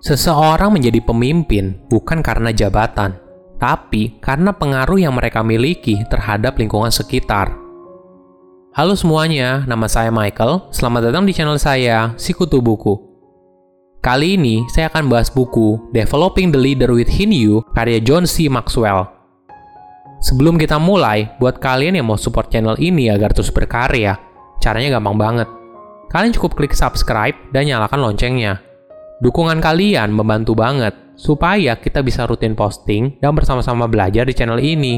Seseorang menjadi pemimpin bukan karena jabatan, tapi karena pengaruh yang mereka miliki terhadap lingkungan sekitar. Halo semuanya, nama saya Michael. Selamat datang di channel saya, Sikutu Buku. Kali ini saya akan bahas buku Developing the Leader Within You karya John C. Maxwell. Sebelum kita mulai, buat kalian yang mau support channel ini agar terus berkarya, caranya gampang banget. Kalian cukup klik subscribe dan nyalakan loncengnya. Dukungan kalian membantu banget supaya kita bisa rutin posting dan bersama-sama belajar di channel ini.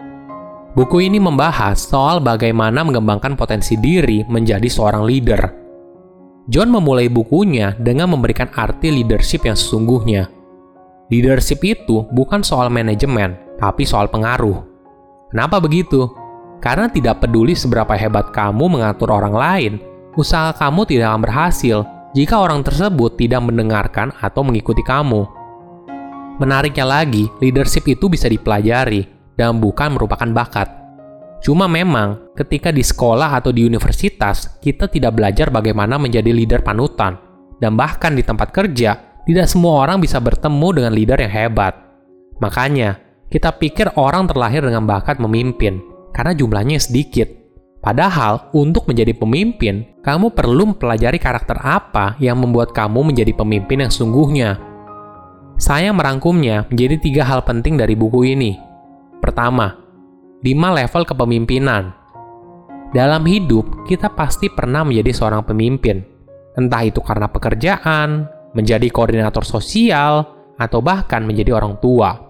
Buku ini membahas soal bagaimana mengembangkan potensi diri menjadi seorang leader. John memulai bukunya dengan memberikan arti leadership yang sesungguhnya. Leadership itu bukan soal manajemen, tapi soal pengaruh. Kenapa begitu? Karena tidak peduli seberapa hebat kamu mengatur orang lain, usaha kamu tidak akan berhasil jika orang tersebut tidak mendengarkan atau mengikuti kamu. Menariknya lagi, leadership itu bisa dipelajari dan bukan merupakan bakat. Cuma memang, ketika di sekolah atau di universitas, kita tidak belajar bagaimana menjadi leader panutan. Dan bahkan di tempat kerja, tidak semua orang bisa bertemu dengan leader yang hebat. Makanya, kita pikir orang terlahir dengan bakat memimpin, karena jumlahnya sedikit. Padahal, untuk menjadi pemimpin, kamu perlu mempelajari karakter apa yang membuat kamu menjadi pemimpin yang sungguhnya. Saya merangkumnya menjadi 3 hal penting dari buku ini. Pertama, 5 level kepemimpinan. Dalam hidup, kita pasti pernah menjadi seorang pemimpin. Entah itu karena pekerjaan, menjadi koordinator sosial, atau bahkan menjadi orang tua.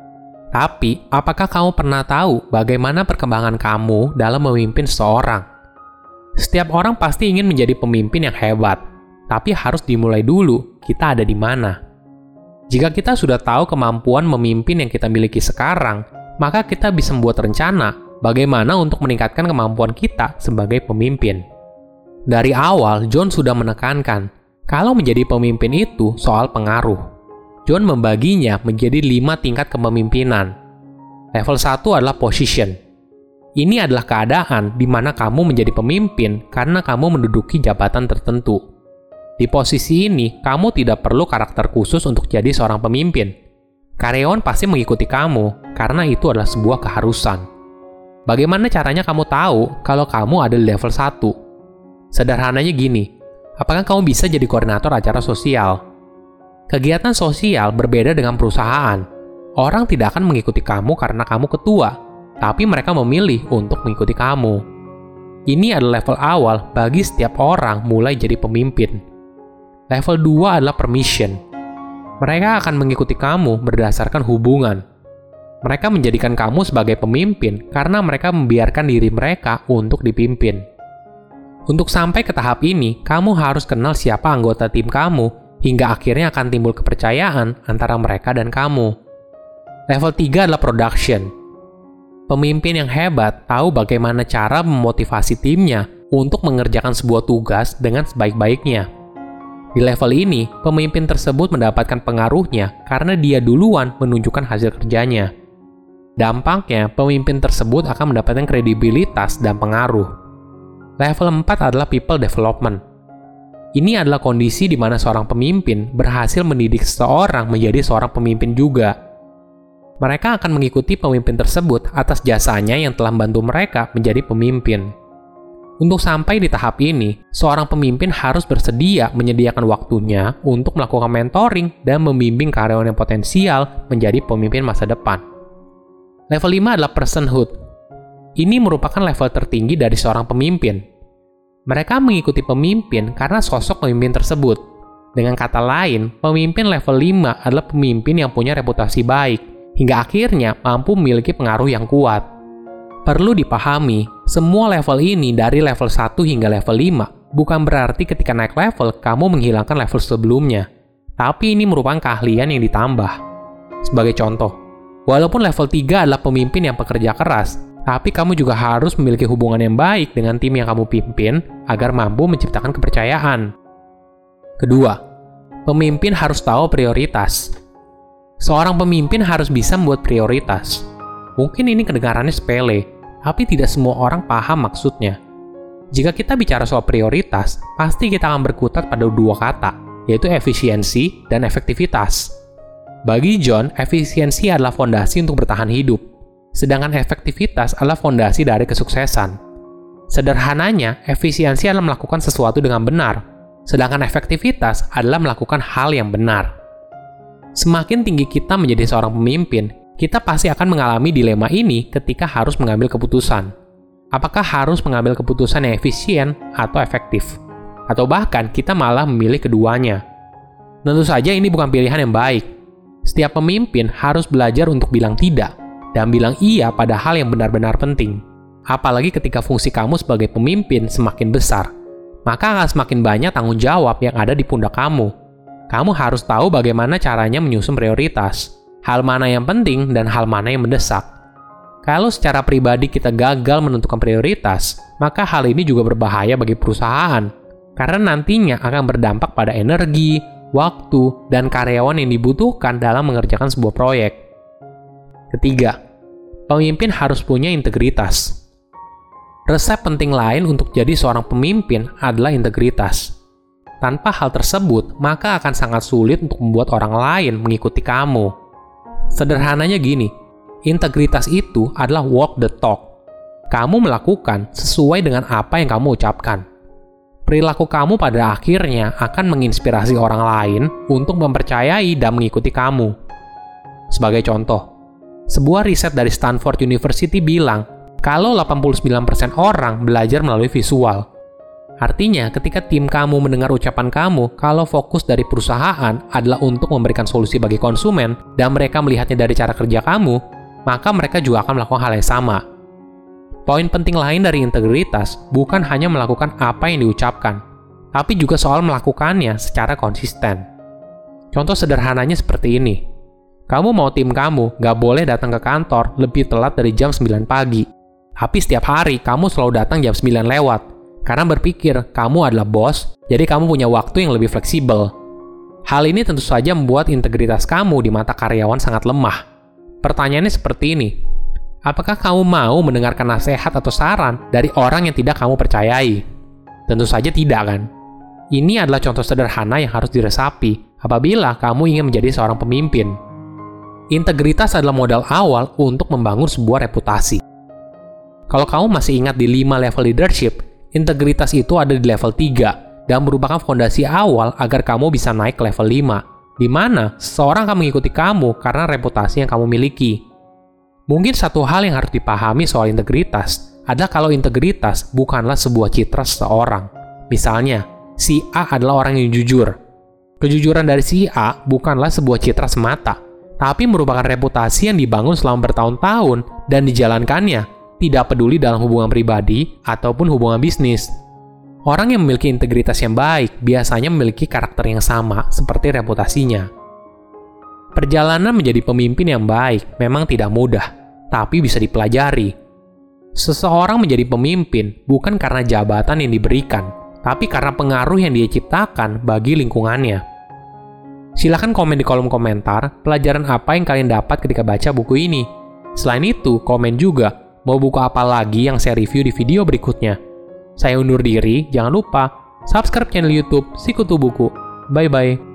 Tapi, apakah kamu pernah tahu bagaimana perkembangan kamu dalam memimpin seseorang? Setiap orang pasti ingin menjadi pemimpin yang hebat, tapi harus dimulai dulu kita ada di mana. Jika kita sudah tahu kemampuan memimpin yang kita miliki sekarang, maka kita bisa membuat rencana bagaimana untuk meningkatkan kemampuan kita sebagai pemimpin. Dari awal, John sudah menekankan kalau menjadi pemimpin itu soal pengaruh. John membaginya menjadi 5 tingkat kepemimpinan. Level 1 adalah position. Ini adalah keadaan di mana kamu menjadi pemimpin karena kamu menduduki jabatan tertentu. Di posisi ini, kamu tidak perlu karakter khusus untuk jadi seorang pemimpin. Karyawan pasti mengikuti kamu karena itu adalah sebuah keharusan. Bagaimana caranya kamu tahu kalau kamu ada di level 1? Sederhananya gini, apakah kamu bisa jadi koordinator acara sosial? Kegiatan sosial berbeda dengan perusahaan. Orang tidak akan mengikuti kamu karena kamu ketua, tapi mereka memilih untuk mengikuti kamu. Ini adalah level awal bagi setiap orang mulai jadi pemimpin. Level 2 adalah permission. Mereka akan mengikuti kamu berdasarkan hubungan. Mereka menjadikan kamu sebagai pemimpin karena mereka membiarkan diri mereka untuk dipimpin. Untuk sampai ke tahap ini, kamu harus kenal siapa anggota tim kamu, hingga akhirnya akan timbul kepercayaan antara mereka dan kamu. Level 3 adalah production. Pemimpin yang hebat tahu bagaimana cara memotivasi timnya untuk mengerjakan sebuah tugas dengan sebaik-baiknya. Di level ini, pemimpin tersebut mendapatkan pengaruhnya karena dia duluan menunjukkan hasil kerjanya. Dampaknya, pemimpin tersebut akan mendapatkan kredibilitas dan pengaruh. Level 4 adalah people development. Ini adalah kondisi di mana seorang pemimpin berhasil mendidik seseorang menjadi seorang pemimpin juga. Mereka akan mengikuti pemimpin tersebut atas jasanya yang telah membantu mereka menjadi pemimpin. Untuk sampai di tahap ini, seorang pemimpin harus bersedia menyediakan waktunya untuk melakukan mentoring dan membimbing karyawan yang potensial menjadi pemimpin masa depan. Level 5 adalah personhood. Ini merupakan level tertinggi dari seorang pemimpin. Mereka mengikuti pemimpin karena sosok pemimpin tersebut. Dengan kata lain, pemimpin level 5 adalah pemimpin yang punya reputasi baik, hingga akhirnya mampu memiliki pengaruh yang kuat. Perlu dipahami, semua level ini dari level 1 hingga level 5 bukan berarti ketika naik level kamu menghilangkan level sebelumnya. Tapi ini merupakan keahlian yang ditambah. Sebagai contoh, walaupun level 3 adalah pemimpin yang pekerja keras, tapi kamu juga harus memiliki hubungan yang baik dengan tim yang kamu pimpin agar mampu menciptakan kepercayaan. Kedua, pemimpin harus tahu prioritas. Seorang pemimpin harus bisa membuat prioritas. Mungkin ini kedengarannya sepele, tapi tidak semua orang paham maksudnya. Jika kita bicara soal prioritas, pasti kita akan berkutat pada 2 kata, yaitu efisiensi dan efektivitas. Bagi John, efisiensi adalah fondasi untuk bertahan hidup, sedangkan efektivitas adalah fondasi dari kesuksesan. Sederhananya, efisiensi adalah melakukan sesuatu dengan benar, sedangkan efektivitas adalah melakukan hal yang benar. Semakin tinggi kita menjadi seorang pemimpin, kita pasti akan mengalami dilema ini ketika harus mengambil keputusan. Apakah harus mengambil keputusan yang efisien atau efektif? Atau bahkan kita malah memilih keduanya. Tentu saja ini bukan pilihan yang baik. Setiap pemimpin harus belajar untuk bilang tidak dan bilang iya pada hal yang benar-benar penting. Apalagi ketika fungsi kamu sebagai pemimpin semakin besar, maka akan semakin banyak tanggung jawab yang ada di pundak kamu. Kamu harus tahu bagaimana caranya menyusun prioritas, hal mana yang penting dan hal mana yang mendesak. Kalau secara pribadi kita gagal menentukan prioritas, maka hal ini juga berbahaya bagi perusahaan, karena nantinya akan berdampak pada energi, waktu, dan karyawan yang dibutuhkan dalam mengerjakan sebuah proyek. Ketiga, pemimpin harus punya integritas. Resep penting lain untuk jadi seorang pemimpin adalah integritas. Tanpa hal tersebut, maka akan sangat sulit untuk membuat orang lain mengikuti kamu. Sederhananya gini, integritas itu adalah walk the talk. Kamu melakukan sesuai dengan apa yang kamu ucapkan. Perilaku kamu pada akhirnya akan menginspirasi orang lain untuk mempercayai dan mengikuti kamu. Sebagai contoh, sebuah riset dari Stanford University bilang kalau 89% orang belajar melalui visual. Artinya, ketika tim kamu mendengar ucapan kamu kalau fokus dari perusahaan adalah untuk memberikan solusi bagi konsumen dan mereka melihatnya dari cara kerja kamu, maka mereka juga akan melakukan hal yang sama. Poin penting lain dari integritas bukan hanya melakukan apa yang diucapkan, tapi juga soal melakukannya secara konsisten. Contoh sederhananya seperti ini. Kamu mau tim kamu gak boleh datang ke kantor lebih telat dari jam 9 pagi. Tapi setiap hari kamu selalu datang jam 9 lewat, karena berpikir kamu adalah bos, jadi kamu punya waktu yang lebih fleksibel. Hal ini tentu saja membuat integritas kamu di mata karyawan sangat lemah. Pertanyaannya seperti ini. Apakah kamu mau mendengarkan nasihat atau saran dari orang yang tidak kamu percayai? Tentu saja tidak, kan? Ini adalah contoh sederhana yang harus diresapi apabila kamu ingin menjadi seorang pemimpin. Integritas adalah modal awal untuk membangun sebuah reputasi. Kalau kamu masih ingat di 5 level leadership, integritas itu ada di level 3 dan merupakan fondasi awal agar kamu bisa naik ke level 5, di mana seseorang akan mengikuti kamu karena reputasi yang kamu miliki. Mungkin satu hal yang harus dipahami soal integritas adalah kalau integritas bukanlah sebuah citra seseorang. Misalnya, si A adalah orang yang jujur. Kejujuran dari si A bukanlah sebuah citra semata, tapi merupakan reputasi yang dibangun selama bertahun-tahun dan dijalankannya, tidak peduli dalam hubungan pribadi ataupun hubungan bisnis. Orang yang memiliki integritas yang baik biasanya memiliki karakter yang sama seperti reputasinya. Perjalanan menjadi pemimpin yang baik memang tidak mudah, tapi bisa dipelajari. Seseorang menjadi pemimpin bukan karena jabatan yang diberikan, tapi karena pengaruh yang dia ciptakan bagi lingkungannya. Silahkan komen di kolom komentar pelajaran apa yang kalian dapat ketika baca buku ini. Selain itu, komen juga mau buku apa lagi yang saya review di video berikutnya. Saya undur diri, jangan lupa subscribe channel YouTube Sikutu Buku. Bye-bye.